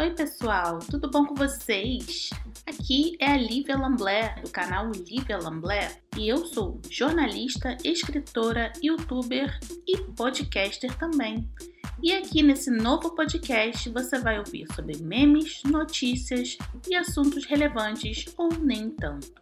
Oi, pessoal, tudo bom com vocês? Aqui é a Lívia Lamblé, do canal Lívia Lamblé, e eu sou jornalista, escritora, youtuber e podcaster também. E aqui nesse novo podcast você vai ouvir sobre memes, notícias e assuntos relevantes ou nem tanto.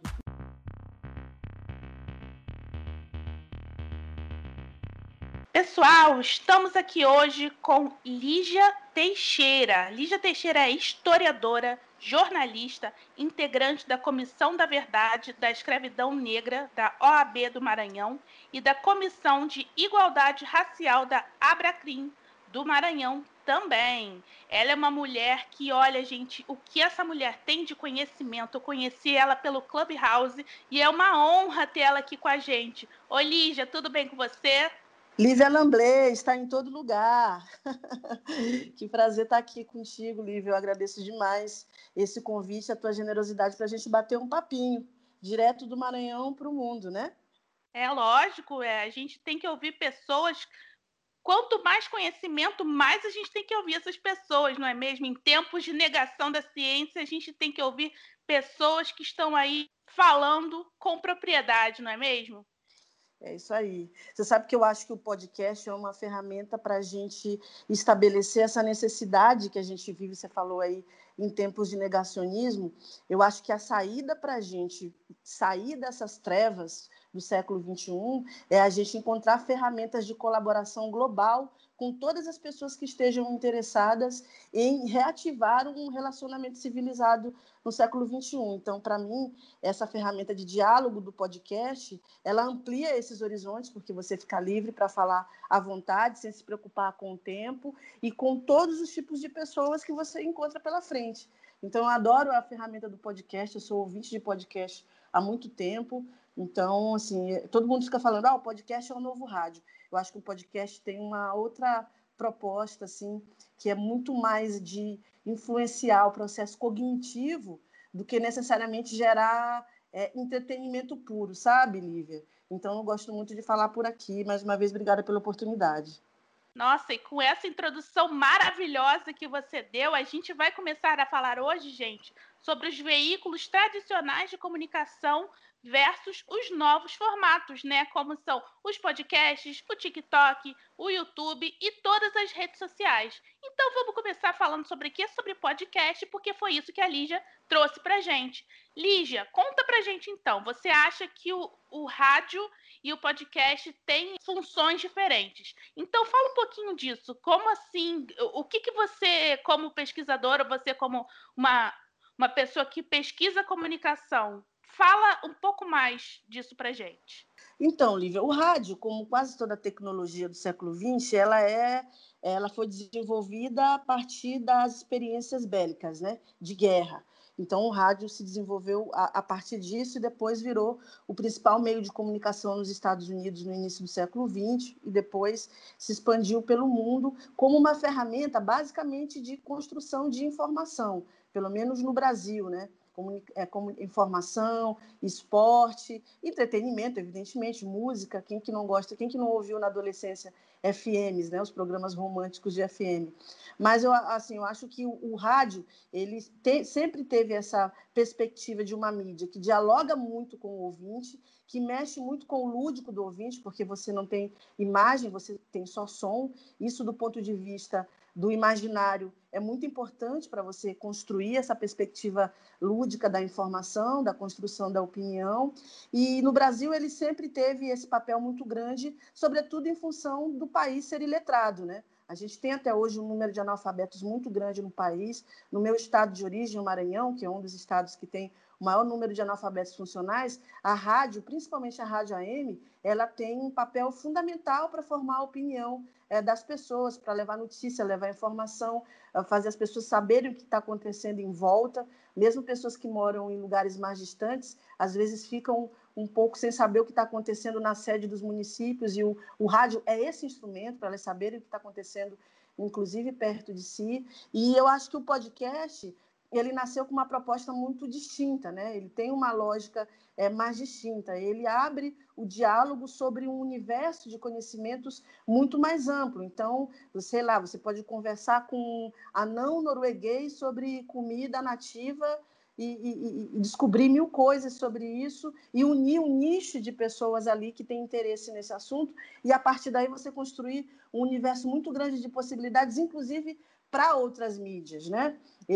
Pessoal, estamos aqui hoje com Lígia Teixeira. Lígia Teixeira é historiadora, jornalista, integrante da Comissão da Verdade da Escravidão Negra da OAB do Maranhão e da Comissão de Igualdade Racial da Abracrim do Maranhão também. Ela é uma mulher que, olha, gente, o que essa mulher tem de conhecimento, eu conheci ela pelo Clubhouse e é uma honra ter ela aqui com a gente. Oi, Lígia, tudo bem com você? Lívia Lamblé está em todo lugar. Que prazer estar aqui contigo, Lívia. Eu agradeço demais esse convite, a tua generosidade para a gente bater um papinho, direto do Maranhão para o mundo, né? É lógico, a gente tem que ouvir pessoas. Quanto mais conhecimento, mais a gente tem que ouvir essas pessoas, não é mesmo? Em tempos de negação da ciência, a gente tem que ouvir pessoas que estão aí falando com propriedade, não é mesmo? É isso aí. Você sabe que eu acho que o podcast é uma ferramenta para a gente estabelecer essa necessidade que a gente vive, você falou aí, em tempos de negacionismo. Eu acho que a saída para a gente sair dessas trevas do século XXI é a gente encontrar ferramentas de colaboração global com todas as pessoas que estejam interessadas em reativar um relacionamento civilizado no século XXI. Então, para mim, essa ferramenta de diálogo do podcast, ela amplia esses horizontes, porque você fica livre para falar à vontade, sem se preocupar com o tempo e com todos os tipos de pessoas que você encontra pela frente. Então, eu adoro a ferramenta do podcast, eu sou ouvinte de podcast há muito tempo. Então, assim, todo mundo fica falando, o podcast é o novo rádio. Eu acho que o podcast tem uma outra proposta, assim, que é muito mais de influenciar o processo cognitivo do que necessariamente gerar entretenimento puro, sabe, Lívia? Então, eu gosto muito de falar por aqui. Mais uma vez, obrigada pela oportunidade. Nossa, e com essa introdução maravilhosa que você deu, a gente vai começar a falar hoje, gente, sobre os veículos tradicionais de comunicação versus os novos formatos, né? Como são os podcasts, o TikTok, o YouTube e todas as redes sociais. Então vamos começar falando sobre o que? Sobre podcast, porque foi isso que a Lígia trouxe pra gente. Lígia, conta pra gente então, você acha que o rádio e o podcast têm funções diferentes? Então, fala um pouquinho disso. Como assim? O que você, como pesquisadora, você como uma pessoa que pesquisa comunicação, fala um pouco mais disso para gente. Então, Lívia, o rádio, como quase toda a tecnologia do século XX, ela foi desenvolvida a partir das experiências bélicas, né, de guerra. Então, o rádio se desenvolveu a partir disso e depois virou o principal meio de comunicação nos Estados Unidos no início do século XX e depois se expandiu pelo mundo como uma ferramenta basicamente de construção de informação, pelo menos no Brasil, né? Como informação, esporte, entretenimento, evidentemente, música, quem que não gosta, quem que não ouviu na adolescência FMs, né, os programas românticos de FM. Mas eu acho que o rádio ele sempre teve essa perspectiva de uma mídia que dialoga muito com o ouvinte, que mexe muito com o lúdico do ouvinte, porque você não tem imagem, você tem só som. Isso, do ponto de vista do imaginário, é muito importante para você construir essa perspectiva lúdica da informação, da construção da opinião. E no Brasil ele sempre teve esse papel muito grande, sobretudo em função do país ser iletrado, né? A gente tem até hoje um número de analfabetos muito grande no país. No meu estado de origem, o Maranhão, que é um dos estados que tem o maior número de analfabetos funcionais, a rádio, principalmente a rádio AM, ela tem um papel fundamental para formar a opinião das pessoas, para levar notícia, levar informação, fazer as pessoas saberem o que está acontecendo em volta. Mesmo pessoas que moram em lugares mais distantes, às vezes ficam um pouco sem saber o que está acontecendo na sede dos municípios, e o rádio é esse instrumento para elas saberem o que está acontecendo, inclusive perto de si. E eu acho que o podcast ele nasceu com uma proposta muito distinta, né? Ele tem uma lógica mais distinta. Ele abre o diálogo sobre um universo de conhecimentos muito mais amplo. Então, sei lá, você pode conversar com um anão norueguês sobre comida nativa e descobrir 1000 coisas sobre isso e unir um nicho de pessoas ali que tem interesse nesse assunto e, a partir daí, você construir um universo muito grande de possibilidades, inclusive para outras mídias, né?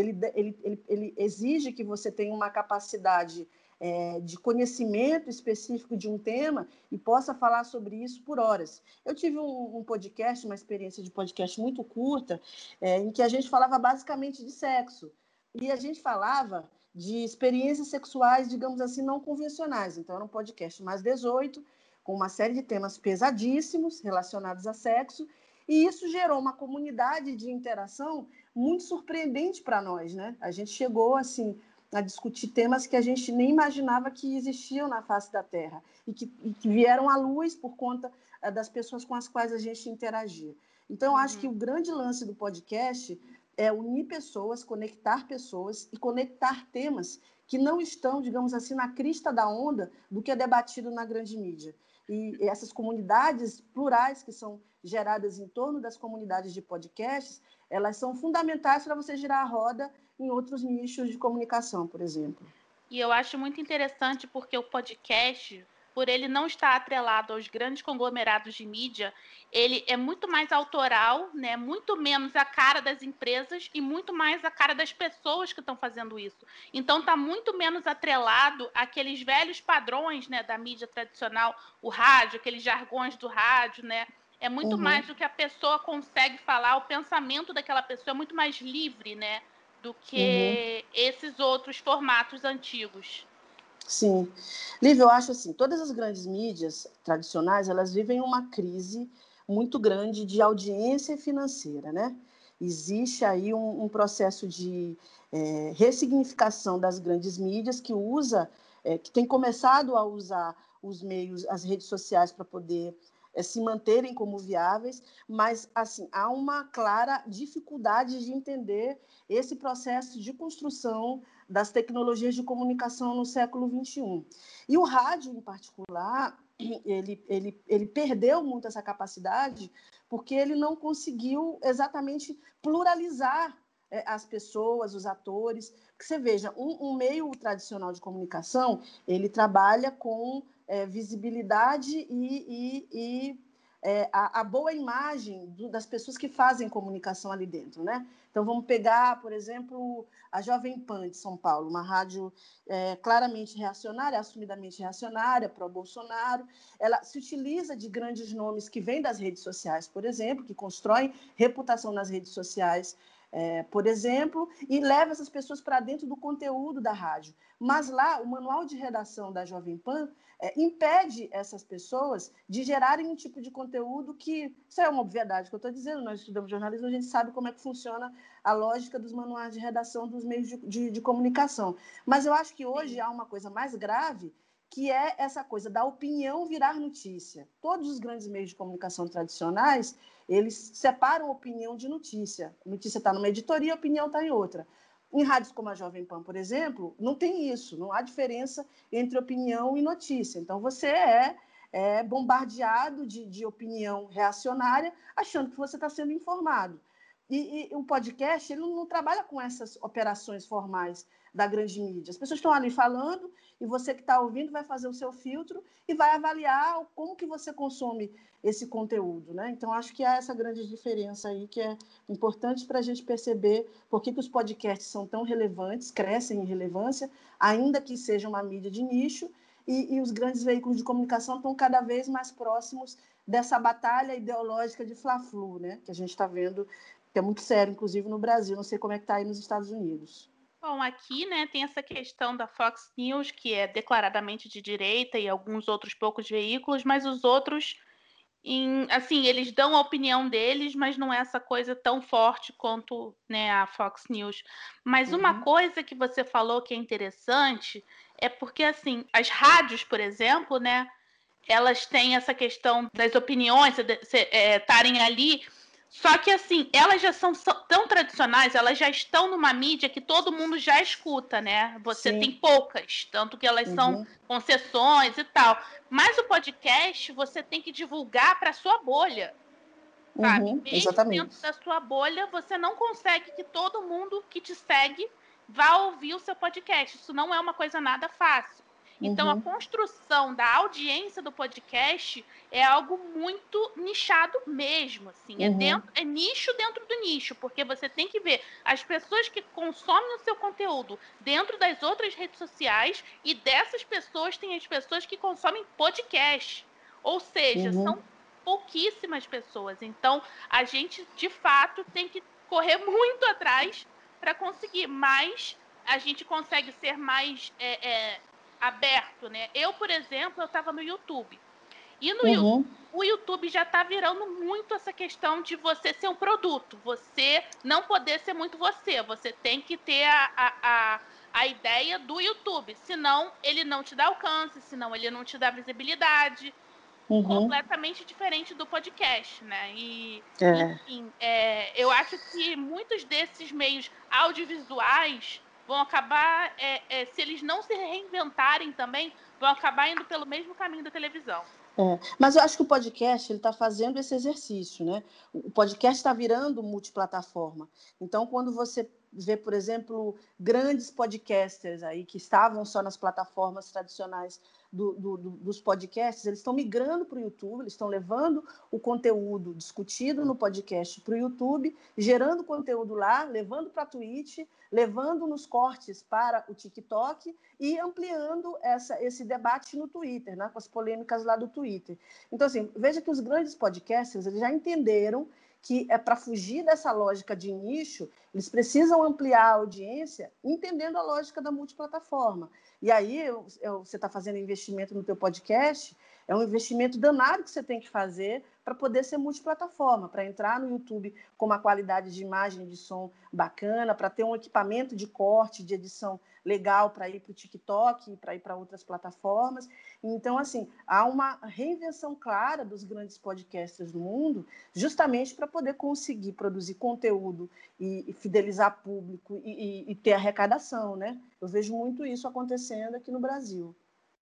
Ele exige que você tenha uma capacidade de conhecimento específico de um tema e possa falar sobre isso por horas. Eu tive um podcast, uma experiência de podcast muito curta, em que a gente falava basicamente de sexo. E a gente falava de experiências sexuais, digamos assim, não convencionais. Então, era um podcast mais 18, com uma série de temas pesadíssimos relacionados a sexo, e isso gerou uma comunidade de interação muito surpreendente para nós, né? A gente chegou, assim, a discutir temas que a gente nem imaginava que existiam na face da Terra e que vieram à luz por conta das pessoas com as quais a gente interagia. Então, eu acho que o grande lance do podcast é unir pessoas, conectar pessoas e conectar temas que não estão, digamos assim, na crista da onda do que é debatido na grande mídia. E essas comunidades plurais que são geradas em torno das comunidades de podcasts, elas são fundamentais para você girar a roda em outros nichos de comunicação, por exemplo. E eu acho muito interessante porque o podcast, por ele não estar atrelado aos grandes conglomerados de mídia, ele é muito mais autoral, né? Muito menos a cara das empresas e muito mais a cara das pessoas que estão fazendo isso. Então está muito menos atrelado àqueles velhos padrões, né, da mídia tradicional, o rádio, aqueles jargões do rádio, né? É muito mais do que a pessoa consegue falar, o pensamento daquela pessoa é muito mais livre, né, do que esses outros formatos antigos. Sim. Lívia, eu acho assim, todas as grandes mídias tradicionais, elas vivem uma crise muito grande de audiência financeira, né? Existe aí um processo de ressignificação das grandes mídias que tem começado a usar os meios, as redes sociais para poder se manterem como viáveis, mas assim, há uma clara dificuldade de entender esse processo de construção das tecnologias de comunicação no século XXI. E o rádio, em particular, ele perdeu muito essa capacidade porque ele não conseguiu exatamente pluralizar as pessoas, os atores. Porque você veja, um meio tradicional de comunicação, ele trabalha com visibilidade e a boa imagem das pessoas que fazem comunicação ali dentro, né? Então, vamos pegar, por exemplo, a Jovem Pan de São Paulo, uma rádio claramente reacionária, assumidamente reacionária, pró-Bolsonaro. Ela se utiliza de grandes nomes que vêm das redes sociais, por exemplo, que constroem reputação nas redes sociais, por exemplo, e leva essas pessoas para dentro do conteúdo da rádio. Mas lá, o manual de redação da Jovem Pan impede essas pessoas de gerarem um tipo de conteúdo que... Isso é uma obviedade que eu estou dizendo, nós estudamos jornalismo, a gente sabe como é que funciona a lógica dos manuais de redação dos meios de comunicação. Mas eu acho que hoje há uma coisa mais grave, que é essa coisa da opinião virar notícia. Todos os grandes meios de comunicação tradicionais, eles separam opinião de notícia. A notícia está numa editoria, a opinião está em outra. Em rádios como a Jovem Pan, por exemplo, não tem isso, não há diferença entre opinião e notícia. Então, você é bombardeado de opinião reacionária, achando que você está sendo informado. E o podcast, ele não trabalha com essas operações formais da grande mídia. As pessoas estão ali falando e você que está ouvindo vai fazer o seu filtro e vai avaliar como que você consome esse conteúdo, né? Então, acho que há essa grande diferença aí que é importante para a gente perceber por que os podcasts são tão relevantes, crescem em relevância, ainda que seja uma mídia de nicho, e os grandes veículos de comunicação estão cada vez mais próximos dessa batalha ideológica de Fla-Flu, né? Que a gente está vendo, que é muito sério, inclusive no Brasil, não sei como é que está aí nos Estados Unidos. Bom, aqui, né, tem essa questão da Fox News, que é declaradamente de direita, e alguns outros poucos veículos, mas os outros, assim, eles dão a opinião deles, mas não é essa coisa tão forte quanto, né, a Fox News. Mas uma coisa que você falou que é interessante é porque, assim, as rádios, por exemplo, né, elas têm essa questão das opiniões estarem ali. Só que, assim, elas já são tão tradicionais, elas já estão numa mídia que todo mundo já escuta, né? Você tem Sim. poucas, tanto que elas são Uhum. concessões e tal. Mas o podcast, você tem que divulgar para sua bolha, sabe? Uhum. Mesmo dentro Exatamente. da sua bolha, você não consegue que todo mundo que te segue vá ouvir o seu podcast. Isso não é uma coisa nada fácil. Então, a Uhum. construção da audiência do podcast é algo muito nichado mesmo, assim. Uhum. É nicho dentro do nicho, porque você tem que ver as pessoas que consomem o seu conteúdo dentro das outras redes sociais e dessas pessoas tem as pessoas que consomem podcast. Ou seja, Uhum. são pouquíssimas pessoas. Então, a gente, de fato, tem que correr muito atrás para conseguir, mas a gente consegue ser mais aberto, né? Eu, por exemplo, eu estava no YouTube. E Uhum. o YouTube já está virando muito essa questão de você ser um produto, você não poder ser muito você. Você tem que ter a ideia do YouTube, senão ele não te dá alcance, senão ele não te dá visibilidade, Uhum. completamente diferente do podcast, né? E, É. enfim, eu acho que muitos desses meios audiovisuais vão acabar, se eles não se reinventarem também, vão acabar indo pelo mesmo caminho da televisão. Mas eu acho que o podcast ele está fazendo esse exercício, né? O podcast está virando multiplataforma. Então, quando você vê, por exemplo, grandes podcasters aí que estavam só nas plataformas tradicionais dos podcasts, eles estão migrando para o YouTube, eles estão levando o conteúdo discutido no podcast para o YouTube, gerando conteúdo lá, levando para a Twitch, levando nos cortes para o TikTok e ampliando esse debate no Twitter, né, com as polêmicas lá do Twitter. Então, assim, veja que os grandes podcasters eles já entenderam que é para fugir dessa lógica de nicho, eles precisam ampliar a audiência entendendo a lógica da multiplataforma. E aí, você está fazendo investimento no teu podcast, é um investimento danado que você tem que fazer para poder ser multiplataforma, para entrar no YouTube com uma qualidade de imagem e de som bacana, para ter um equipamento de corte, de edição legal para ir para o TikTok, para ir para outras plataformas. Então, assim, há uma reinvenção clara dos grandes podcasters do mundo, justamente para poder conseguir produzir conteúdo e fidelizar público e ter arrecadação, né? Eu vejo muito isso acontecendo aqui no Brasil.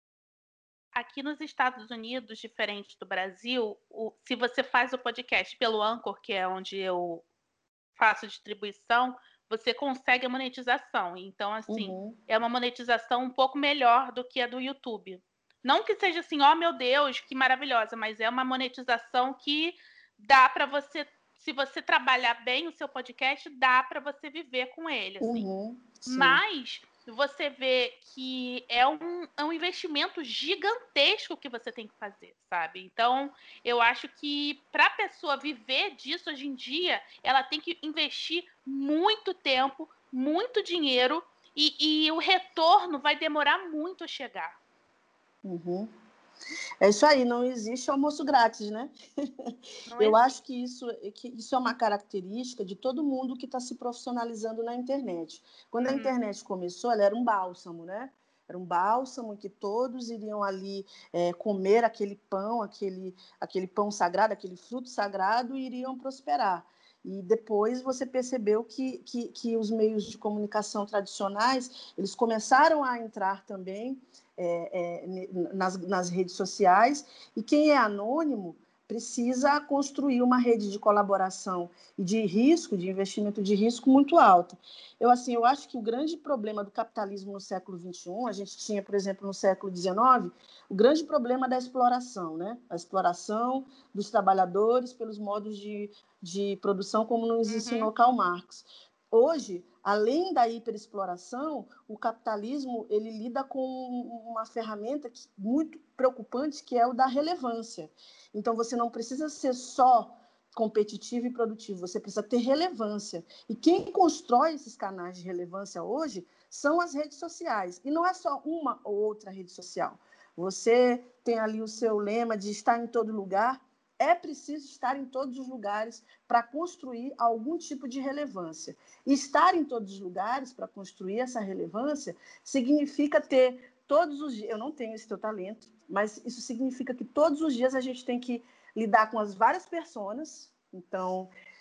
Aqui nos Estados Unidos, diferente do Brasil, se você faz o podcast pelo Anchor, que é onde eu faço distribuição, você consegue a monetização. Então, assim, Uhum. é uma monetização um pouco melhor do que a do YouTube. Não que seja assim, ó, meu Deus, que maravilhosa, mas é uma monetização que dá para você, se você trabalhar bem o seu podcast, dá para você viver com ele, assim. Uhum. Sim. Mas você vê que é um investimento gigantesco que você tem que fazer, sabe? Então, eu acho que para a pessoa viver disso hoje em dia, ela tem que investir muito tempo, muito dinheiro, e o retorno vai demorar muito a chegar. Uhum. É isso aí, não existe almoço grátis, né? Não Eu existe. acho que isso é uma característica de todo mundo que está se profissionalizando na internet. Quando a Uhum. internet começou, ela era um bálsamo, né? Era um bálsamo que todos iriam ali comer aquele pão, aquele pão sagrado, aquele fruto sagrado e iriam prosperar. E depois você percebeu que os meios de comunicação tradicionais, eles começaram a entrar também nas redes sociais, e quem é anônimo precisa construir uma rede de colaboração e de risco, de investimento de risco muito alta. Eu acho que o grande problema do capitalismo no século XXI, a gente tinha, por exemplo, no século XIX, o grande problema da exploração, né? A exploração dos trabalhadores pelos modos de produção, como nos Uhum. ensinou Karl Marx. Hoje, além da hiperexploração, o capitalismo ele lida com uma ferramenta muito preocupante, que é o da relevância. Então, você não precisa ser só competitivo e produtivo, você precisa ter relevância. E quem constrói esses canais de relevância hoje são as redes sociais. E não é só uma ou outra rede social. Você tem ali o seu lema de estar em todo lugar. É preciso estar em todos os lugares para construir algum tipo de relevância. E estar em todos os lugares para construir essa relevância significa ter todos os dias. Eu não tenho esse teu talento, mas isso significa que todos os dias a gente tem que lidar com as várias personas. Então,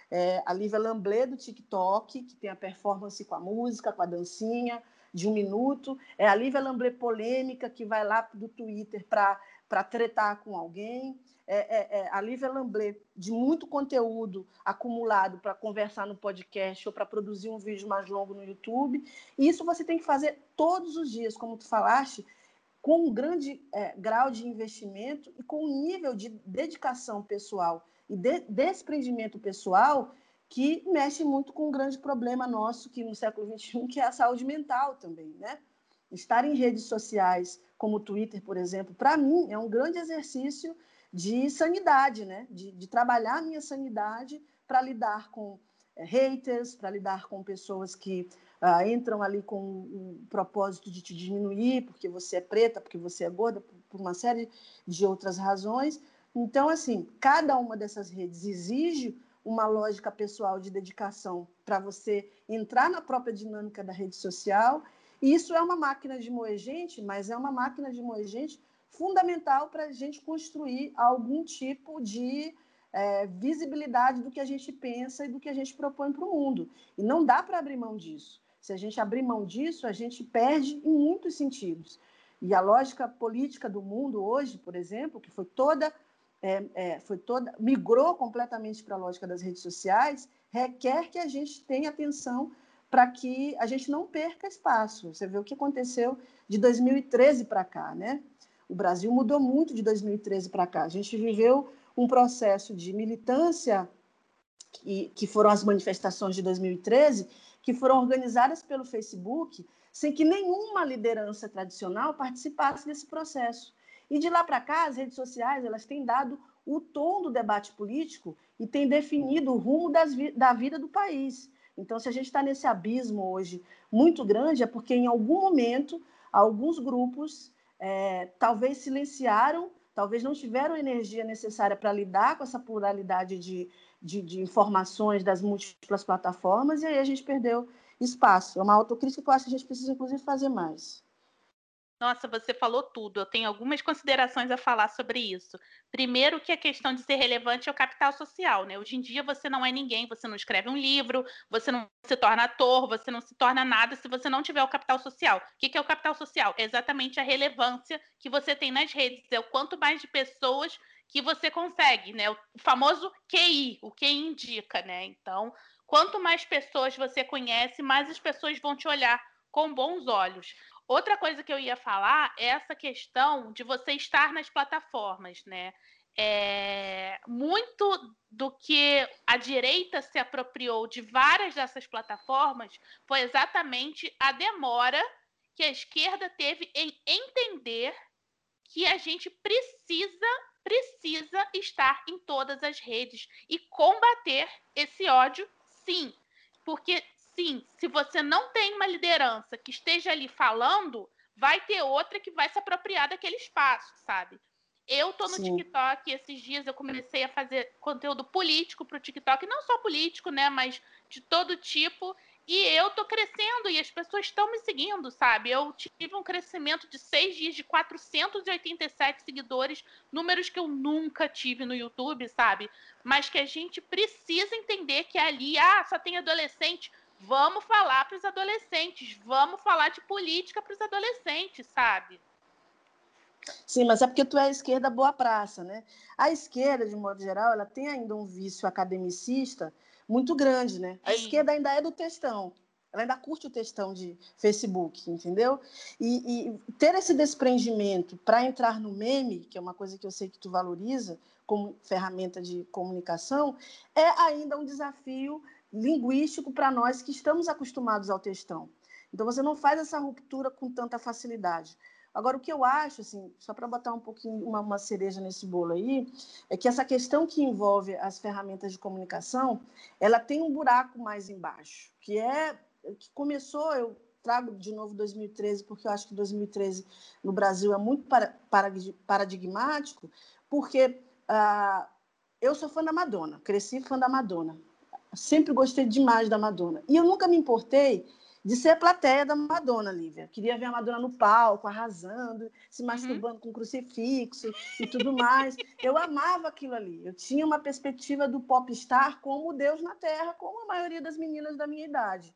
a Lívia Lamblé, do TikTok, que tem a performance com a música, com a dancinha, de 1 minuto. É a Lívia Lamblé polêmica, que vai lá do Twitter para tretar com alguém. A Lívia Lamblé, de muito conteúdo acumulado para conversar no podcast ou para produzir um vídeo mais longo no YouTube. E isso você tem que fazer todos os dias, como tu falaste, com um grande grau de investimento e com um nível de dedicação pessoal e desprendimento pessoal que mexe muito com um grande problema nosso que no século XXI, que é a saúde mental também, né? Estar em redes sociais, como o Twitter, por exemplo, para mim é um grande exercício de sanidade, né? De trabalhar a minha sanidade para lidar com haters, para lidar com pessoas que entram ali com o propósito de te diminuir, porque você é preta, porque você é gorda, por uma série de outras razões. Então, assim, cada uma dessas redes exige uma lógica pessoal de dedicação para você entrar na própria dinâmica da rede social. E isso é uma máquina de moer gente, mas é uma máquina de moer gente fundamental para a gente construir algum tipo de visibilidade do que a gente pensa e do que a gente propõe para o mundo. E não dá para abrir mão disso. Se a gente abrir mão disso, a gente perde em muitos sentidos. E a lógica política do mundo hoje, por exemplo, que migrou completamente para a lógica das redes sociais, requer que a gente tenha atenção para que a gente não perca espaço. Você vê o que aconteceu de 2013 para cá, né? O Brasil mudou muito de 2013 para cá. A gente viveu um processo de militância, que foram as manifestações de 2013, que foram organizadas pelo Facebook, sem que nenhuma liderança tradicional participasse desse processo. E de lá para cá, as redes sociais elas têm dado o tom do debate político e têm definido o rumo da vida do país. Então, se a gente está nesse abismo hoje muito grande, é porque, em algum momento, alguns grupos talvez silenciaram, talvez não tiveram a energia necessária para lidar com essa pluralidade de informações das múltiplas plataformas, e aí a gente perdeu espaço. É uma autocrítica que eu acho que a gente precisa, inclusive, fazer mais. Nossa, você falou tudo. Eu tenho algumas considerações a falar sobre isso. Primeiro, que a questão de ser relevante é o capital social, né? Hoje em dia você não é ninguém, você não escreve um livro, você não se torna ator, você não se torna nada se você não tiver o capital social. O que é o capital social? É exatamente a relevância que você tem nas redes. É o quanto mais de pessoas que você consegue, né? O famoso QI, o QI indica, né? Então, quanto mais pessoas você conhece, mais as pessoas vão te olhar com bons olhos. Outra coisa que eu ia falar é essa questão de você estar nas plataformas, né? Muito do que a direita se apropriou de várias dessas plataformas foi exatamente a demora que a esquerda teve em entender que a gente precisa estar em todas as redes e combater esse ódio, sim. Porque sim, se você não tem uma liderança que esteja ali falando, vai ter outra que vai se apropriar daquele espaço, sabe? Eu tô no TikTok, esses dias eu comecei a fazer conteúdo político pro TikTok, não só político, né, mas de todo tipo, e eu tô crescendo e as pessoas estão me seguindo, sabe? Eu tive um crescimento de 6 dias de 487 seguidores, números que eu nunca tive no YouTube, sabe? Mas que a gente precisa entender que ali, só tem adolescente. Vamos falar para os adolescentes, vamos falar de política para os adolescentes, sabe? Sim, mas é porque tu é a esquerda boa praça, né? A esquerda, de modo geral, ela tem ainda um vício academicista muito grande, né? A esquerda ainda é do textão, ela ainda curte o textão de Facebook, entendeu? E ter esse desprendimento para entrar no meme, que é uma coisa que eu sei que tu valoriza como ferramenta de comunicação, é ainda um desafio linguístico para nós que estamos acostumados ao textão. Então, você não faz essa ruptura com tanta facilidade. Agora, o que eu acho, assim, só para botar um pouquinho, uma cereja nesse bolo aí, é que essa questão que envolve as ferramentas de comunicação, ela tem um buraco mais embaixo, que começou, eu trago de novo 2013, porque eu acho que 2013 no Brasil é muito paradigmático, porque eu sou fã da Madonna, cresci fã da Madonna, sempre gostei demais da Madonna, e eu nunca me importei de ser plateia da Madonna, Lívia. Queria ver a Madonna no palco, arrasando, se masturbando com crucifixo e tudo mais. Eu amava aquilo ali. Eu tinha uma perspectiva do popstar como Deus na Terra, como a maioria das meninas da minha idade.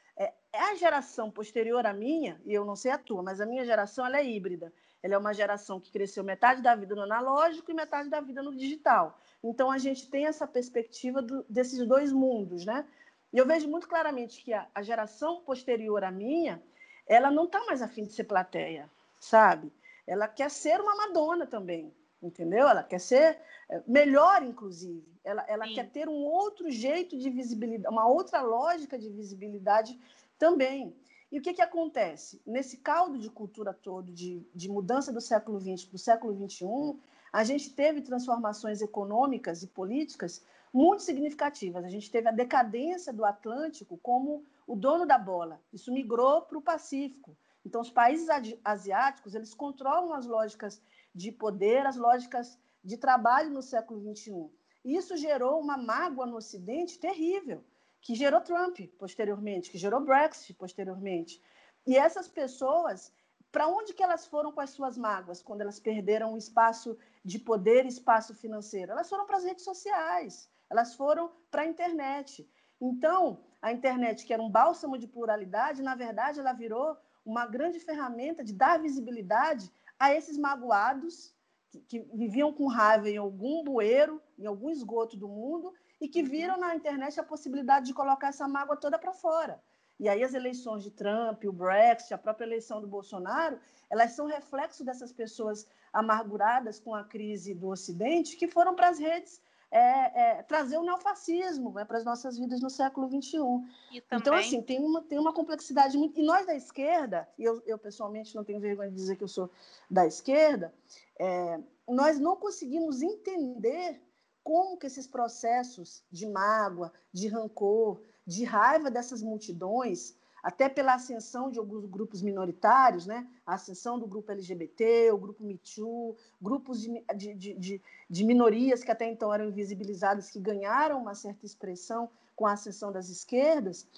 É a geração posterior à minha, e eu não sei a tua, mas a minha geração ela é híbrida. Ela é uma geração que cresceu metade da vida no analógico e metade da vida no digital. Então, a gente tem essa perspectiva desses dois mundos, né? E eu vejo muito claramente que a geração posterior à minha, ela não está mais afim de ser plateia, sabe? Ela quer ser uma Madonna também, entendeu? Ela quer ser melhor, inclusive. Ela quer ter um outro jeito de visibilidade, uma outra lógica de visibilidade também. E o que acontece? Nesse caldo de cultura todo, de mudança do século XX para o século XXI, a gente teve transformações econômicas e políticas muito significativas. A gente teve a decadência do Atlântico como o dono da bola. Isso migrou para o Pacífico. Então, os países asiáticos, eles controlam as lógicas de poder, as lógicas de trabalho no século XXI. E isso gerou uma mágoa no Ocidente terrível, que gerou Trump posteriormente, que gerou Brexit posteriormente. E essas pessoas, para onde que elas foram com as suas mágoas quando elas perderam o espaço de poder e espaço financeiro? Elas foram para as redes sociais, elas foram para a internet. Então, a internet, que era um bálsamo de pluralidade, na verdade, ela virou uma grande ferramenta de dar visibilidade a esses magoados que viviam com raiva em algum bueiro, em algum esgoto do mundo, e que viram na internet a possibilidade de colocar essa mágoa toda para fora. E aí as eleições de Trump, o Brexit, a própria eleição do Bolsonaro, elas são reflexo dessas pessoas amarguradas com a crise do Ocidente que foram para as redes trazer o neofascismo, né, para as nossas vidas no século XXI. Então, assim, tem uma complexidade muito... E nós da esquerda, e eu pessoalmente não tenho vergonha de dizer que eu sou da esquerda, nós não conseguimos entender como que esses processos de mágoa, de rancor, de raiva dessas multidões, até pela ascensão de alguns grupos minoritários, né? A ascensão do grupo LGBT, o grupo Me Too, grupos de minorias que até então eram invisibilizadas, que ganharam uma certa expressão com a ascensão das esquerdas,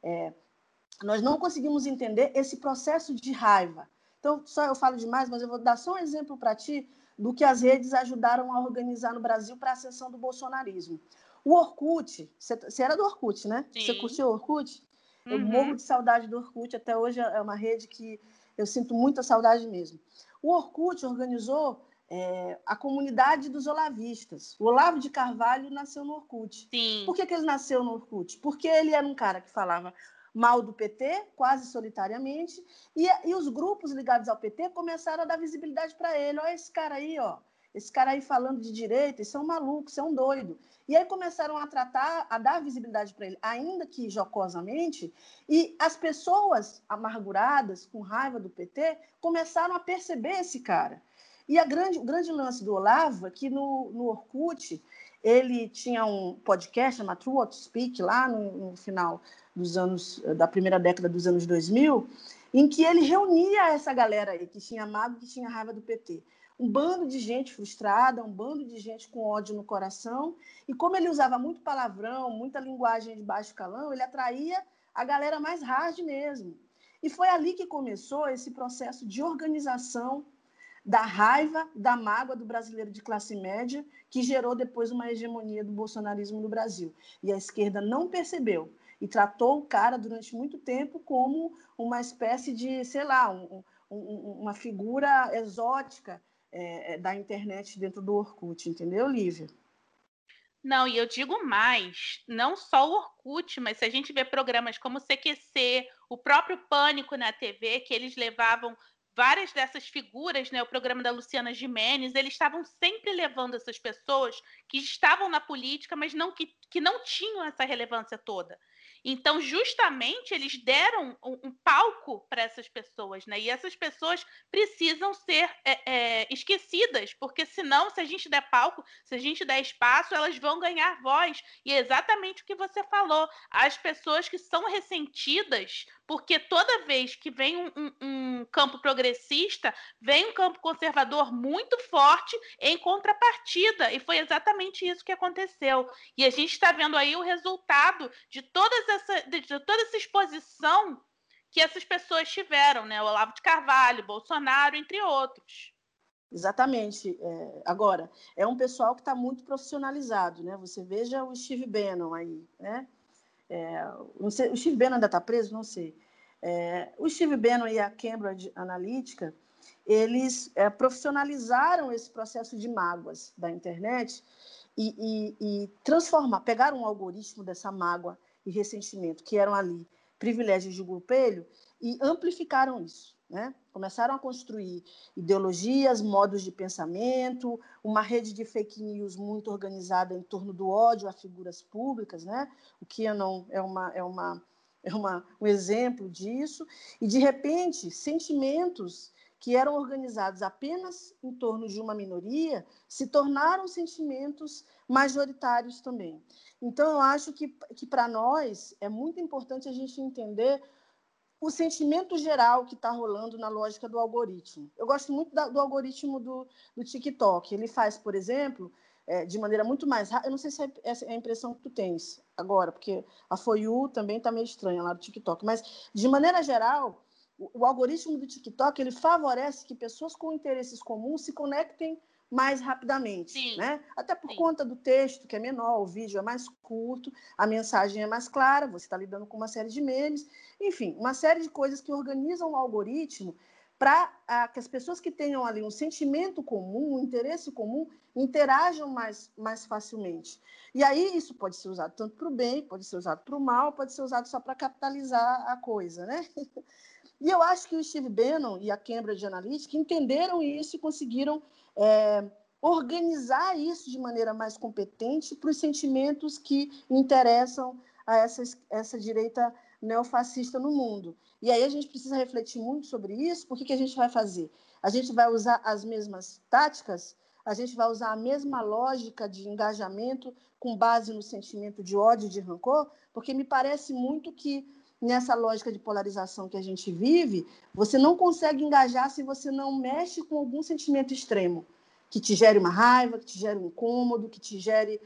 nós não conseguimos entender esse processo de raiva. Então, só eu falo demais, mas eu vou dar só um exemplo para ti do que as redes ajudaram a organizar no Brasil para a ascensão do bolsonarismo. O Orkut, você era do Orkut, né? Sim. Você curtiu o Orkut? Eu morro de saudade do Orkut, até hoje é uma rede que eu sinto muita saudade mesmo. O Orkut organizou a comunidade dos olavistas. O Olavo de Carvalho nasceu no Orkut. Sim. Por que ele nasceu no Orkut? Porque ele era um cara que falava mal do PT, quase solitariamente, e os grupos ligados ao PT começaram a dar visibilidade para ele. Olha esse cara aí, ó. Esse cara aí falando de direita, isso é um maluco, isso é um doido. E aí começaram a dar visibilidade para ele, ainda que jocosamente, e as pessoas amarguradas, com raiva do PT, começaram a perceber esse cara. E o grande lance do Olavo é que no Orkut, ele tinha um podcast chamado True What Speak, lá no final da primeira década dos anos 2000, em que ele reunia essa galera aí, que tinha mágoa, que tinha raiva do PT. Um bando de gente frustrada, um bando de gente com ódio no coração, e como ele usava muito palavrão, muita linguagem de baixo calão, ele atraía a galera mais hard mesmo. E foi ali que começou esse processo de organização da raiva, da mágoa do brasileiro de classe média, que gerou depois uma hegemonia do bolsonarismo no Brasil. E a esquerda não percebeu e tratou o cara durante muito tempo como uma espécie de, sei lá, uma figura exótica da internet dentro do Orkut, entendeu, Lívia? Não, e eu digo mais, não só o Orkut, mas se a gente vê programas como o CQC, o próprio Pânico na TV, que eles levavam várias dessas figuras, né, o programa da Luciana Gimenez, eles estavam sempre levando essas pessoas que estavam na política, mas que não tinham essa relevância toda. Então, justamente, eles deram um palco para essas pessoas, né? E essas pessoas precisam ser esquecidas, porque senão, se a gente der palco, se a gente der espaço, elas vão ganhar voz. E é exatamente o que você falou. As pessoas que são ressentidas, porque toda vez que vem um campo progressista, vem um campo conservador muito forte em contrapartida. E foi exatamente isso que aconteceu. E a gente está vendo aí o resultado de toda essa exposição que essas pessoas tiveram, né? Olavo de Carvalho, Bolsonaro, entre outros. Exatamente. Agora, é um pessoal que está muito profissionalizado, né? Você veja o Steve Bannon aí, né? Não sei, o Steve Bannon ainda está preso? Não sei. O Steve Bannon e a Cambridge Analytica, eles profissionalizaram esse processo de mágoas da internet e pegaram um algoritmo dessa mágoa e ressentimento, que eram ali privilégios de grupelho, e amplificaram isso, né? Começaram a construir ideologias, modos de pensamento, uma rede de fake news muito organizada em torno do ódio a figuras públicas, né? O QAnon um exemplo disso, e, de repente, sentimentos que eram organizados apenas em torno de uma minoria se tornaram sentimentos majoritários também. Então, eu acho que para nós, é muito importante a gente entender o sentimento geral que está rolando na lógica do algoritmo. Eu gosto muito do algoritmo do TikTok. Ele faz, por exemplo, de maneira muito mais rápida. Eu não sei se essa é a impressão que tu tens agora, porque a For You também está meio estranha lá do TikTok. Mas, de maneira geral, o algoritmo do TikTok ele favorece que pessoas com interesses comuns se conectem mais rapidamente, Sim, né? Até por sim. conta do texto, que é menor, o vídeo é mais curto, a mensagem é mais clara, você está lidando com uma série de memes, enfim, uma série de coisas que organizam o algoritmo para que as pessoas que tenham ali um sentimento comum, um interesse comum, interajam mais facilmente. E aí isso pode ser usado tanto para o bem, pode ser usado para o mal, pode ser usado só para capitalizar a coisa, né? E eu acho que o Steve Bannon e a Cambridge Analytica entenderam isso e conseguiram organizar isso de maneira mais competente para os sentimentos que interessam a essa direita neofascista no mundo. E aí a gente precisa refletir muito sobre isso. Por que a gente vai fazer? A gente vai usar as mesmas táticas, a gente vai usar a mesma lógica de engajamento com base no sentimento de ódio e de rancor, porque me parece muito que nessa lógica de polarização que a gente vive, você não consegue engajar se você não mexe com algum sentimento extremo, que te gere uma raiva, que te gere um incômodo, que te gere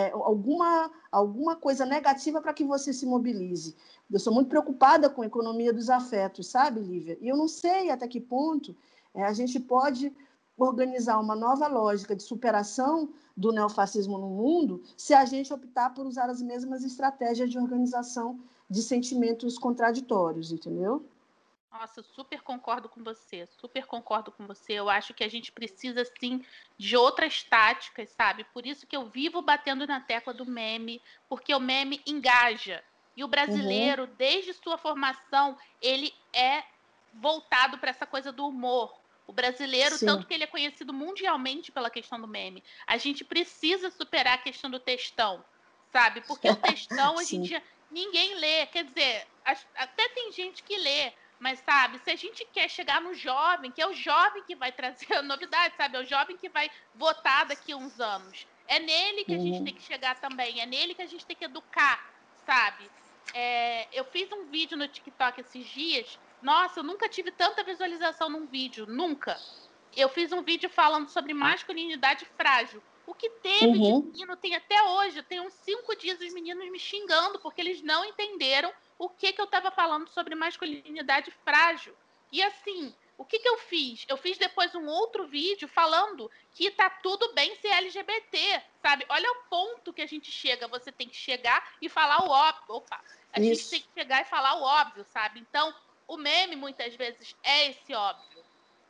alguma coisa negativa para que você se mobilize. Eu sou muito preocupada com a economia dos afetos, sabe, Lívia? E eu não sei até que ponto a gente pode organizar uma nova lógica de superação do neofascismo no mundo se a gente optar por usar as mesmas estratégias de organização de sentimentos contraditórios, entendeu? Nossa, eu super concordo com você, super concordo com você. Eu acho que a gente precisa, sim, de outras táticas, sabe? Por isso que eu vivo batendo na tecla do meme, porque o meme engaja. E o brasileiro, desde sua formação, ele é voltado para essa coisa do humor. O brasileiro, Sim. tanto que ele é conhecido mundialmente pela questão do meme. A gente precisa superar a questão do textão, sabe? Porque o textão, hoje em dia, ninguém lê. Quer dizer, até tem gente que lê, mas, sabe, se a gente quer chegar no jovem, que é o jovem que vai trazer a novidade, sabe? É o jovem que vai votar daqui a uns anos. É nele que a gente tem que chegar também. É nele que a gente tem que educar, sabe? Eu fiz um vídeo no TikTok esses dias. Nossa, eu nunca tive tanta visualização num vídeo. Nunca. Eu fiz um vídeo falando sobre masculinidade frágil. O que teve de menino tem até hoje. Tem uns 5 dias os meninos me xingando porque eles não entenderam o que eu estava falando sobre masculinidade frágil. E assim, o que eu fiz? Eu fiz depois um outro vídeo falando que tá tudo bem ser LGBT, sabe? Olha o ponto que a gente chega. Você tem que chegar e falar o óbvio. Opa! A gente tem que chegar e falar o óbvio, sabe? Então, o meme, muitas vezes, é esse óbvio.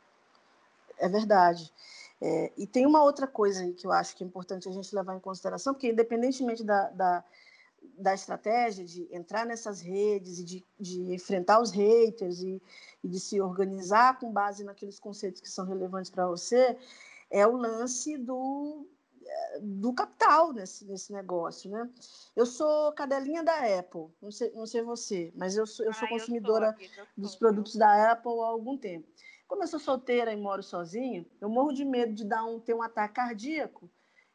É verdade. E tem uma outra coisa aí que eu acho que é importante a gente levar em consideração, porque independentemente da estratégia de entrar nessas redes e de enfrentar os haters e de se organizar com base naqueles conceitos que são relevantes para você, é o lance do capital nesse negócio, né? Eu sou cadelinha da Apple, não sei você, mas eu sou consumidora dos produtos da Apple há algum tempo. Como eu sou solteira e moro sozinha, eu morro de medo de ter um ataque cardíaco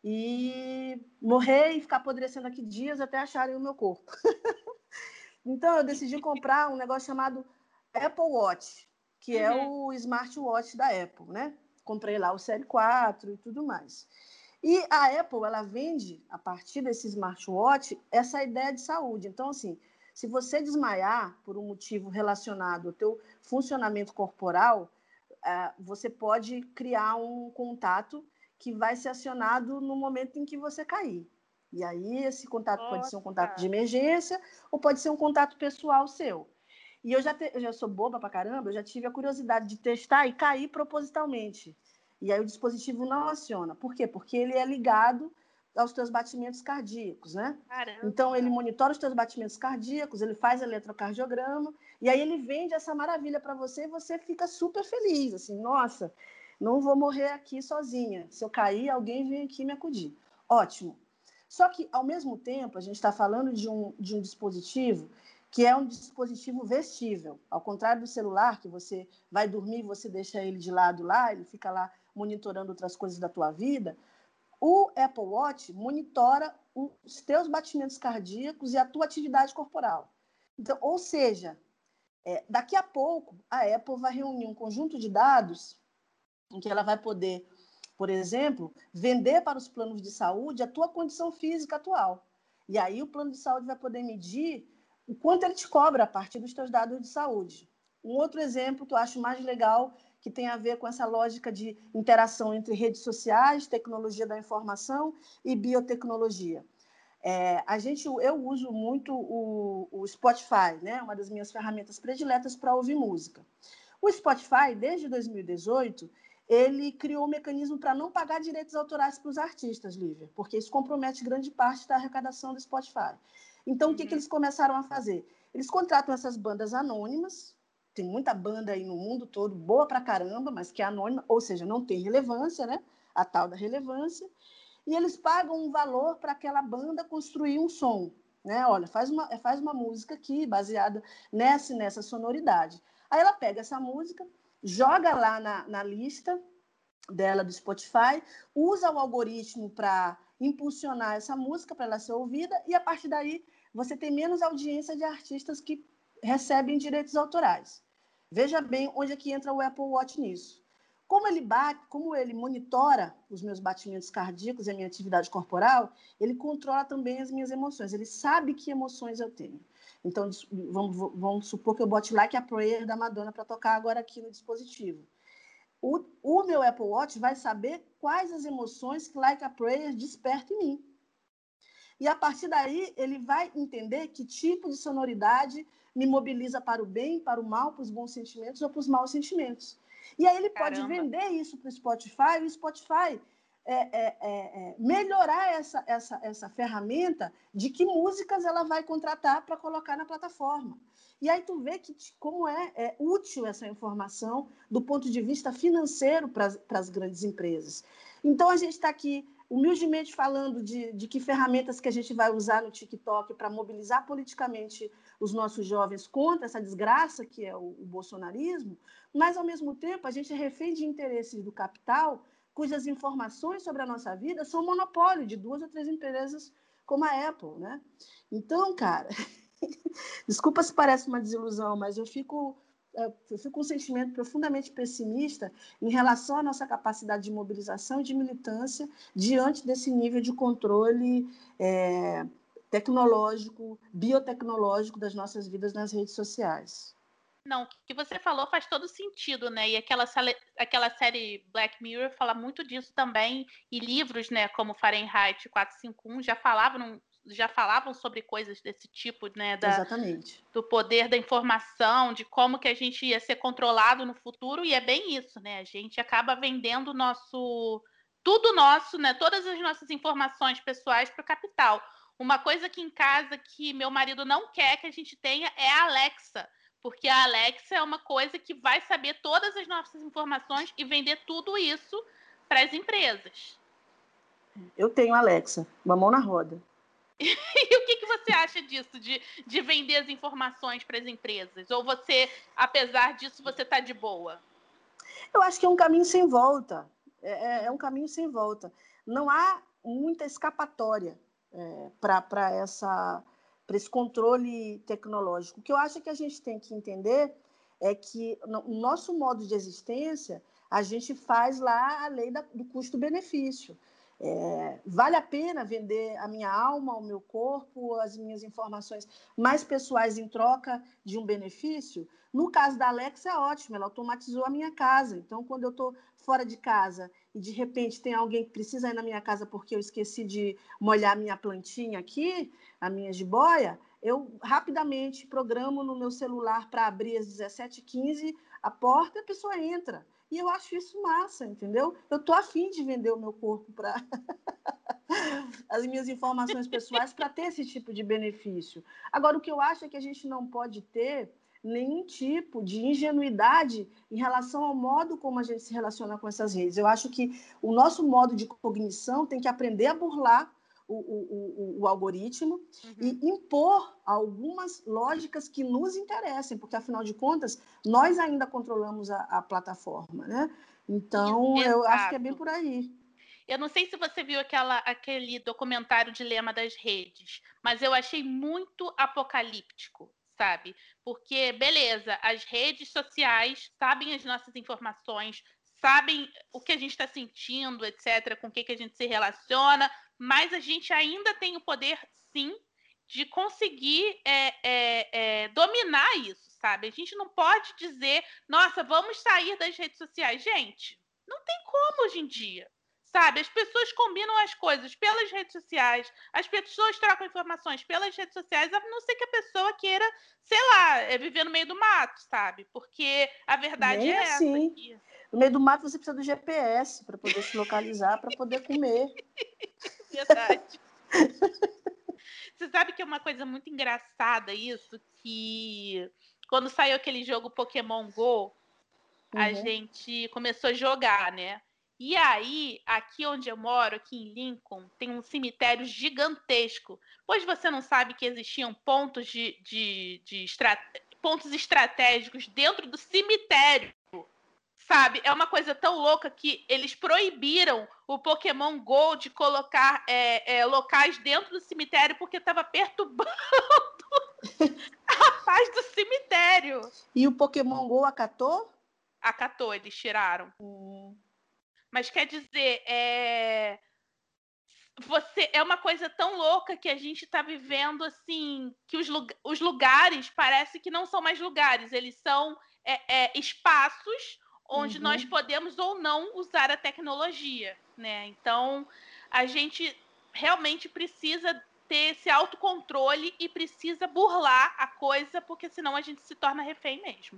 e morrer e ficar apodrecendo aqui dias até acharem o meu corpo. Então, eu decidi comprar um negócio chamado Apple Watch, que é o smartwatch da Apple, né? Comprei lá o Série 4 e tudo mais. E a Apple, ela vende, a partir desse smartwatch, essa ideia de saúde. Então, assim, Se você desmaiar por um motivo relacionado ao teu funcionamento corporal, você pode criar um contato que vai ser acionado no momento em que você cair. E aí esse contato pode ser um contato de emergência ou pode ser um contato pessoal seu. E eu já sou boba pra caramba, eu já tive a curiosidade de testar e cair propositalmente. E aí o dispositivo não aciona. Por quê? Porque ele é ligado aos teus batimentos cardíacos, né? Caramba. Então, ele monitora os teus batimentos cardíacos, ele faz eletrocardiograma, e aí ele vende essa maravilha para você e você fica super feliz, assim, nossa, não vou morrer aqui sozinha. Se eu cair, alguém vem aqui me acudir. Ótimo. Só que, ao mesmo tempo, a gente está falando de um dispositivo que é um dispositivo vestível. Ao contrário do celular, que você vai dormir, você deixa ele de lado lá, ele fica lá monitorando outras coisas da tua vida. O Apple Watch monitora os teus batimentos cardíacos e a tua atividade corporal. Então, ou seja, daqui a pouco, a Apple vai reunir um conjunto de dados em que ela vai poder, por exemplo, vender para os planos de saúde a tua condição física atual. E aí o plano de saúde vai poder medir o quanto ele te cobra a partir dos teus dados de saúde. Um outro exemplo que eu acho mais legal, que tem a ver com essa lógica de interação entre redes sociais, tecnologia da informação e biotecnologia. Eu uso muito o Spotify, né? Uma das minhas ferramentas prediletas para ouvir música. O Spotify, desde 2018, ele criou um mecanismo para não pagar direitos autorais para os artistas, Lívia, porque isso compromete grande parte da arrecadação do Spotify. Então, o que eles começaram a fazer? Eles contratam essas bandas anônimas, tem muita banda aí no mundo todo, boa pra caramba, mas que é anônima, ou seja, não tem relevância, né? A tal da relevância. E eles pagam um valor para aquela banda construir um som, né? Olha, faz uma música aqui baseada nessa sonoridade. Aí ela pega essa música, joga lá na lista dela do Spotify, usa o algoritmo para impulsionar essa música para ela ser ouvida e a partir daí você tem menos audiência de artistas que recebem direitos autorais. Veja bem onde é que entra o Apple Watch nisso. Como ele monitora os meus batimentos cardíacos e a minha atividade corporal, ele controla também as minhas emoções. Ele sabe que emoções eu tenho. Então, vamos supor que eu bote Like a Prayer da Madonna para tocar agora aqui no dispositivo. O meu Apple Watch vai saber quais as emoções que Like a Prayer desperta em mim. E a partir daí, ele vai entender que tipo de sonoridade me mobiliza para o bem, para o mal, para os bons sentimentos ou para os maus sentimentos. E aí ele pode vender isso para o Spotify, e o Spotify melhorar essa ferramenta de que músicas ela vai contratar para colocar na plataforma. E aí tu vê como é útil essa informação do ponto de vista financeiro para as grandes empresas. Então, a gente está aqui humildemente falando de que ferramentas que a gente vai usar no TikTok para mobilizar politicamente os nossos jovens contra essa desgraça que é o bolsonarismo, mas, ao mesmo tempo, a gente é refém de interesses do capital, cujas informações sobre a nossa vida são monopólio de 2 ou 3 empresas como a Apple, né? Então, cara, desculpa se parece uma desilusão, mas eu fico com um sentimento profundamente pessimista em relação à nossa capacidade de mobilização e de militância diante desse nível de controle tecnológico, biotecnológico das nossas vidas nas redes sociais. Não, o que você falou faz todo sentido, né? E aquela série Black Mirror fala muito disso também, e livros, né, como Fahrenheit 451 já falavam sobre coisas desse tipo, né? Exatamente. Do poder da informação, de como que a gente ia ser controlado no futuro, e é bem isso, né? A gente acaba vendendo tudo nosso, né? Todas as nossas informações pessoais para o capital. Uma coisa aqui em casa que meu marido não quer que a gente tenha é a Alexa, porque a Alexa é uma coisa que vai saber todas as nossas informações e vender tudo isso para as empresas. Eu tenho Alexa, uma mão na roda. E o que você acha disso, de vender as informações para as empresas? Ou você, apesar disso, você está de boa? Eu acho que é um caminho sem volta. É um caminho sem volta. Não há muita escapatória para esse controle tecnológico. O que eu acho que a gente tem que entender é que no nosso modo de existência, a gente faz lá a lei do custo-benefício. Vale a pena vender a minha alma, o meu corpo, as minhas informações mais pessoais em troca de um benefício? No caso da Alexa, é ótimo, ela automatizou a minha casa. Então, quando eu estou fora de casa e, de repente, tem alguém que precisa ir na minha casa porque eu esqueci de molhar a minha plantinha aqui, a minha jiboia, eu rapidamente programo no meu celular para abrir às 17h15 a porta e a pessoa entra. E eu acho isso massa, entendeu? Eu estou afim de vender o meu corpo para as minhas informações pessoais para ter esse tipo de benefício. Agora, o que eu acho é que a gente não pode ter nenhum tipo de ingenuidade em relação ao modo como a gente se relaciona com essas redes. Eu acho que o nosso modo de cognição tem que aprender a burlar o algoritmo e impor algumas lógicas que nos interessem, porque, afinal de contas, nós ainda controlamos a plataforma, né? Então, eu acho que é bem por aí. Eu não sei se você viu aquele documentário Dilema das Redes, mas eu achei muito apocalíptico, sabe? Porque, beleza, as redes sociais sabem as nossas informações, sabem o que a gente está sentindo, etc., com o que a gente se relaciona, mas a gente ainda tem o poder, sim, de conseguir dominar isso, sabe? A gente não pode dizer, nossa, vamos sair das redes sociais. Gente, não tem como hoje em dia. Sabe, as pessoas combinam as coisas pelas redes sociais, as pessoas trocam informações pelas redes sociais, a não ser que a pessoa queira, sei lá, viver no meio do mato, sabe? Porque a verdade Nem é essa assim. aqui. No meio do mato você precisa do GPS para poder se localizar, para poder comer. Verdade. Você sabe que é uma coisa muito engraçada isso, que quando saiu aquele jogo Pokémon Go, a gente começou a jogar, né? E aí, aqui onde eu moro, aqui em Lincoln, tem um cemitério gigantesco. Pois você não sabe que existiam pontos pontos estratégicos dentro do cemitério, sabe? É uma coisa tão louca que eles proibiram o Pokémon Go de colocar locais dentro do cemitério porque estava perturbando a paz do cemitério. E o Pokémon Go acatou? Acatou, eles tiraram. Mas quer dizer, é uma coisa tão louca que a gente está vivendo assim, que os lugares parece que não são mais lugares, eles são espaços onde nós podemos ou não usar a tecnologia, né? Então a gente realmente precisa ter esse autocontrole e precisa burlar a coisa, porque senão a gente se torna refém mesmo.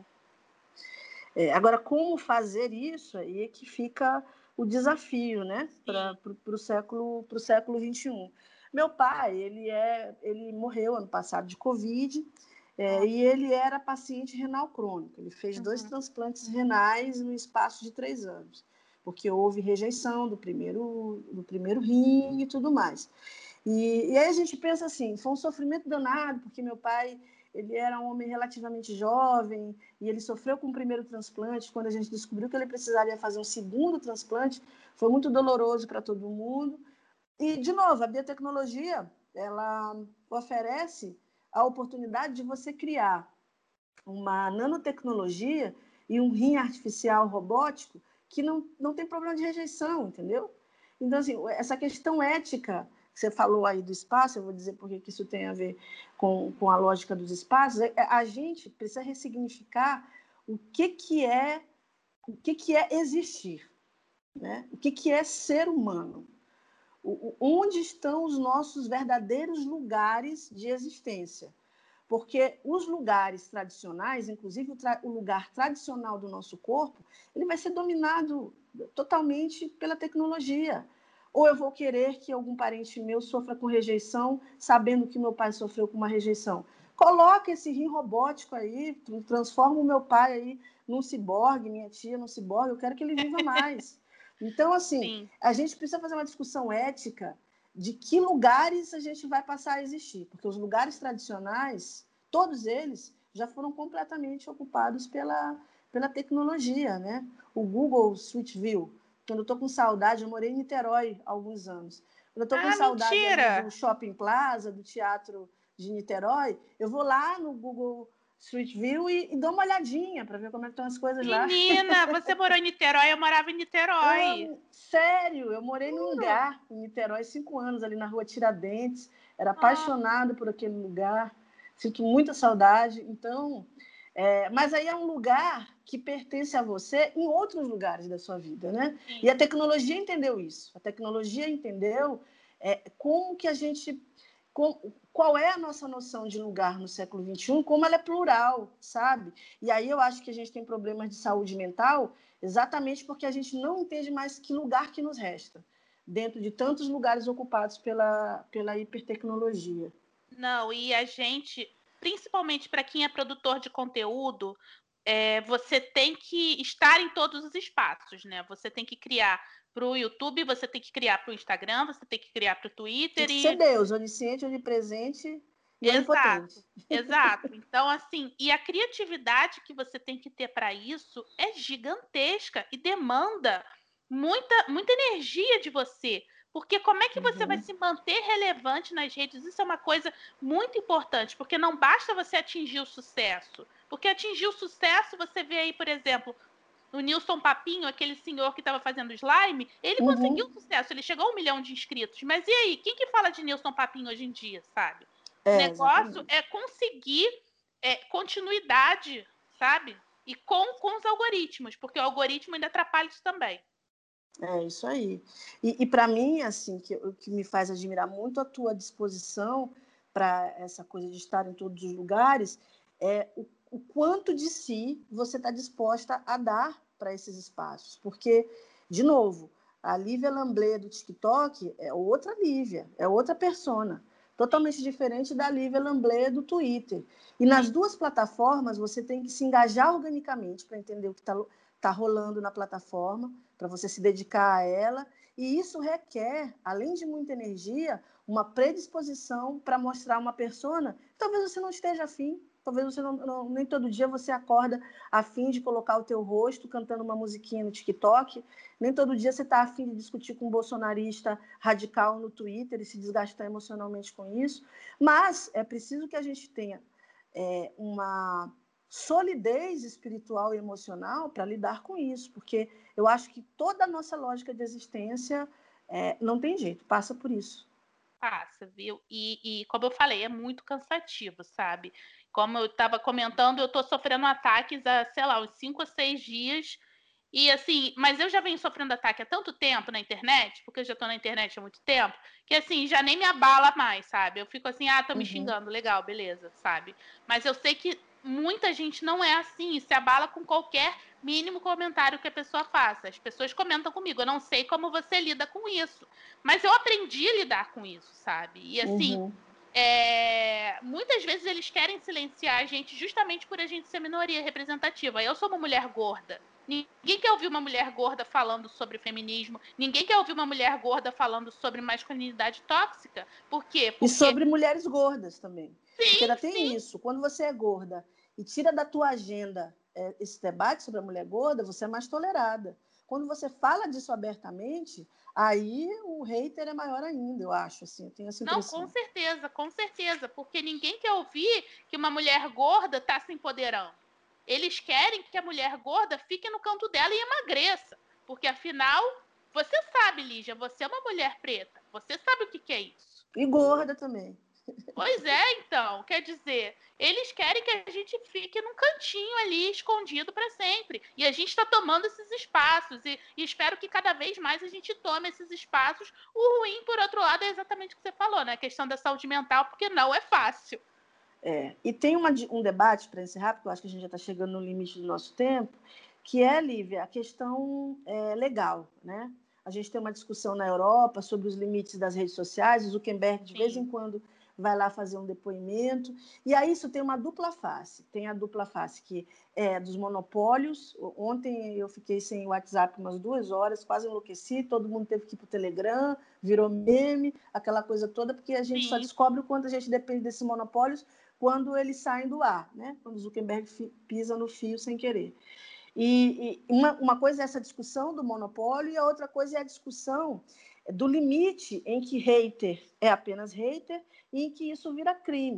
Agora, como fazer isso aí é que fica o desafio, né, para o século XXI. Meu pai, ele morreu ano passado de Covid, e ele era paciente renal crônico. Ele fez 2 transplantes renais no espaço de 3 anos, porque houve rejeição do primeiro rim e tudo mais. E aí a gente pensa assim, foi um sofrimento danado, porque meu pai, ele era um homem relativamente jovem e ele sofreu com o primeiro transplante. Quando a gente descobriu que ele precisaria fazer um segundo transplante, foi muito doloroso para todo mundo. E, de novo, a biotecnologia, ela oferece a oportunidade de você criar uma nanotecnologia e um rim artificial robótico que não tem problema de rejeição, entendeu? Então, assim, essa questão ética que você falou aí do espaço, eu vou dizer porque que isso tem a ver com a lógica dos espaços, a gente precisa ressignificar o que é existir, né? O que é ser humano, onde estão os nossos verdadeiros lugares de existência. Porque os lugares tradicionais, inclusive o lugar tradicional do nosso corpo, ele vai ser dominado totalmente pela tecnologia. Ou eu vou querer que algum parente meu sofra com rejeição, sabendo que meu pai sofreu com uma rejeição. Coloca esse rim robótico aí, transforma o meu pai aí num ciborgue, minha tia num ciborgue, eu quero que ele viva mais. Então, assim, a gente precisa fazer uma discussão ética de que lugares a gente vai passar a existir, porque os lugares tradicionais, todos eles já foram completamente ocupados pela tecnologia, né? O Google Street View, quando eu estou com saudade, eu morei em Niterói há alguns anos, quando eu estou com saudade ali do Shopping Plaza, do Teatro de Niterói, eu vou lá no Google Street View e dou uma olhadinha para ver como é que estão as coisas lá. Menina, você morou em Niterói, eu morava em Niterói. Sério, eu morei num lugar em Niterói 5 anos, ali na rua Tiradentes. Era Ah, apaixonado por aquele lugar. Sinto muita saudade. Então, mas aí é um lugar que pertence a você em outros lugares da sua vida, né? E sim. a tecnologia entendeu isso. A tecnologia entendeu como que a gente... Qual é a nossa noção de lugar no século XXI, como ela é plural, sabe? E aí eu acho que a gente tem problemas de saúde mental exatamente porque a gente não entende mais que lugar que nos resta, dentro de tantos lugares ocupados pela hipertecnologia. Não, e a gente, principalmente para quem é produtor de conteúdo, você tem que estar em todos os espaços, né? Você tem que criar para o YouTube, você tem que criar para o Instagram, você tem que criar para o Tem Twitter que ser e Deus, onisciente, onipresente e onipotente. exato, exato. Então, assim, e a criatividade que você tem que ter para isso é gigantesca e demanda muita energia de você. Porque como é que você vai Uhum. se manter relevante nas redes? Isso é uma coisa muito importante, porque não basta você atingir o sucesso. Porque atingir o sucesso, você vê aí, por exemplo, o Nilson Papinho, aquele senhor que estava fazendo slime, ele conseguiu Uhum. sucesso, ele chegou a 1 milhão de inscritos. Mas e aí, quem que fala de Nilson Papinho hoje em dia, sabe? O negócio Exatamente. é conseguir continuidade, sabe? E com os algoritmos, porque o algoritmo ainda atrapalha isso também. É isso aí. E para mim, assim, o que me faz admirar muito a tua disposição para essa coisa de estar em todos os lugares é o quanto de si você está disposta a dar para esses espaços. Porque, de novo, a Lívia Lamblé do TikTok é outra Lívia, é outra persona, Sim, totalmente diferente da Lívia Lamblé do Twitter. E sim. nas duas plataformas você tem que se engajar organicamente para entender o que está rolando na plataforma, para você se dedicar a ela. E isso requer, além de muita energia, uma predisposição para mostrar uma persona. Talvez você não esteja afim, talvez você nem todo dia você acorda afim de colocar o teu rosto cantando uma musiquinha no TikTok, nem todo dia você está afim de discutir com um bolsonarista radical no Twitter e se desgastar emocionalmente com isso. Mas é preciso que a gente tenha uma solidez espiritual e emocional para lidar com isso, porque eu acho que toda a nossa lógica de existência não tem jeito, passa por isso. Passa, viu? E como eu falei, é muito cansativo, sabe? Como eu estava comentando, eu estou sofrendo ataques há, sei lá, uns 5 ou 6 dias. E assim, mas eu já venho sofrendo ataque há tanto tempo na internet, porque eu já estou na internet há muito tempo, que assim, já nem me abala mais, sabe? Eu fico assim, tô me Uhum. xingando, legal, beleza, sabe? Mas eu sei que muita gente não é assim, e se abala com qualquer mínimo comentário que a pessoa faça. As pessoas comentam comigo, eu não sei como você lida com isso, mas eu aprendi a lidar com isso, sabe? E assim, Uhum. muitas vezes eles querem silenciar a gente justamente por a gente ser minoria representativa. Eu sou uma mulher gorda. Ninguém quer ouvir uma mulher gorda falando sobre feminismo. Ninguém quer ouvir uma mulher gorda falando sobre masculinidade tóxica. Por quê? E Porque, sobre mulheres gordas também. Porque sim, ainda tem sim, isso. Quando você é gorda e tira da tua agenda esse debate sobre a mulher gorda, você é mais tolerada. Quando você fala disso abertamente, aí o hater é maior ainda, eu acho. Assim, eu tenho essa não, impressão. com certeza. Porque ninguém quer ouvir que uma mulher gorda está se empoderando. Eles querem que a mulher gorda fique no canto dela e emagreça. Porque afinal, você sabe, Lígia, você é uma mulher preta. Você sabe o que é isso. E gorda também. Pois é, então, quer dizer, eles querem que a gente fique num cantinho ali, escondido para sempre. E a gente está tomando esses espaços, e espero que cada vez mais a gente tome esses espaços. O ruim, por outro lado, é exatamente o que você falou, né? A questão da saúde mental, porque não é fácil. E tem um debate, para encerrar, porque eu acho que a gente já está chegando no limite do nosso tempo, que é, Lívia, a questão legal. Né? A gente tem uma discussão na Europa sobre os limites das redes sociais, o Zuckerberg, de vez em Sim, quando, vai lá fazer um depoimento, e aí isso tem uma dupla face. Tem a dupla face que é dos monopólios. Ontem eu fiquei sem WhatsApp umas 2 horas, quase enlouqueci, todo mundo teve que ir para o Telegram, virou meme, aquela coisa toda, porque a gente só sim, descobre o quanto a gente depende desses monopólios quando eles saem do ar, né? Quando Zuckerberg pisa no fio sem querer. E uma coisa é essa discussão do monopólio e a outra coisa é a discussão do limite em que hater é apenas hater e em que isso vira crime.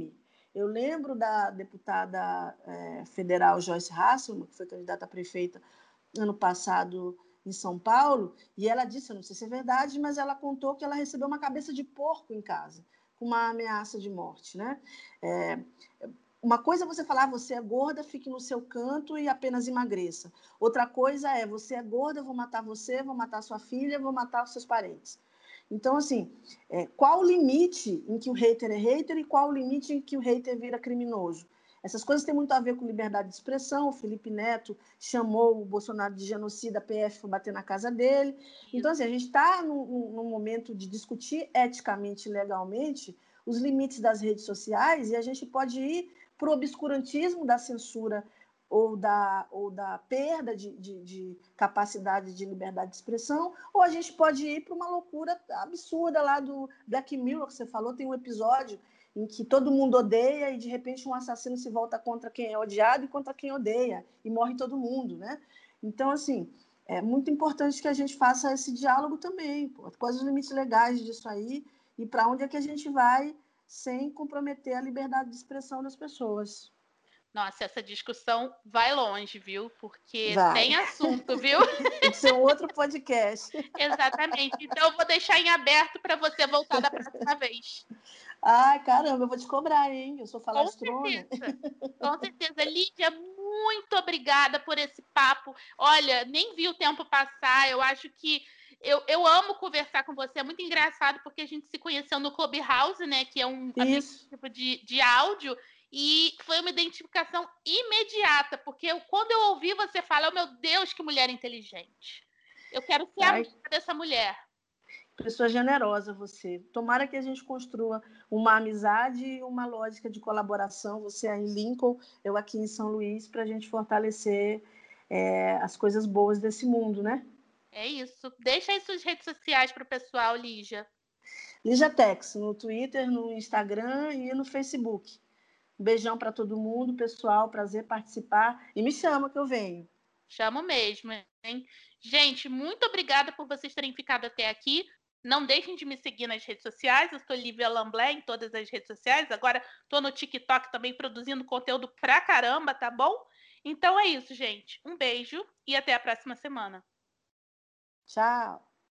Eu lembro da deputada federal Joyce Hasselmann, que foi candidata a prefeita ano passado em São Paulo, e ela disse, eu não sei se é verdade, mas ela contou que ela recebeu uma cabeça de porco em casa, com uma ameaça de morte, né? Uma coisa é você falar, você é gorda, fique no seu canto e apenas emagreça. Outra coisa é, você é gorda, eu vou matar você, vou matar sua filha, vou matar os seus parentes. Então, assim, qual o limite em que o hater é hater e qual o limite em que o hater vira criminoso? Essas coisas têm muito a ver com liberdade de expressão. O Felipe Neto chamou o Bolsonaro de genocida, a PF foi bater na casa dele. Então, assim, a gente está num momento de discutir eticamente e legalmente os limites das redes sociais e a gente pode ir para o obscurantismo da censura ou da perda de capacidade de liberdade de expressão, ou a gente pode ir para uma loucura absurda lá do Black Mirror, que você falou, tem um episódio em que todo mundo odeia e, de repente, um assassino se volta contra quem é odiado e contra quem odeia, e morre todo mundo, né? Então, assim, é muito importante que a gente faça esse diálogo também, quais os limites legais disso aí e para onde é que a gente vai sem comprometer a liberdade de expressão das pessoas. Nossa, essa discussão vai longe, viu? Porque Vai. tem assunto, viu? Tem que ser um outro podcast. Exatamente. Então, eu vou deixar em aberto para você voltar da próxima vez. Ai, caramba, eu vou te cobrar, hein? Eu sou Com falastrona. certeza. Com certeza. Lídia, muito obrigada por esse papo. Olha, nem vi o tempo passar. Eu acho que eu amo conversar com você. É muito engraçado porque a gente se conheceu no Clubhouse, né? Que é um Isso. aplicativo de áudio. E foi uma identificação imediata, porque quando eu ouvi você falar, oh, meu Deus, que mulher inteligente. Eu quero ser Ai, amiga dessa mulher. pessoa generosa você. Tomara que a gente construa uma amizade e uma lógica de colaboração. Você aí em Lincoln, eu aqui em São Luís, para a gente fortalecer as coisas boas desse mundo, né? É isso. Deixa aí suas redes sociais para o pessoal, Lígia. Lígia Tex, no Twitter, no Instagram e no Facebook. Um beijão para todo mundo, pessoal. Prazer participar. E me chama que eu venho. Chamo mesmo, hein? Gente, muito obrigada por vocês terem ficado até aqui. Não deixem de me seguir nas redes sociais. Eu sou Lívia Lamblé em todas as redes sociais. Agora estou no TikTok também produzindo conteúdo pra caramba, tá bom? Então é isso, gente. Um beijo e até a próxima semana. Tchau.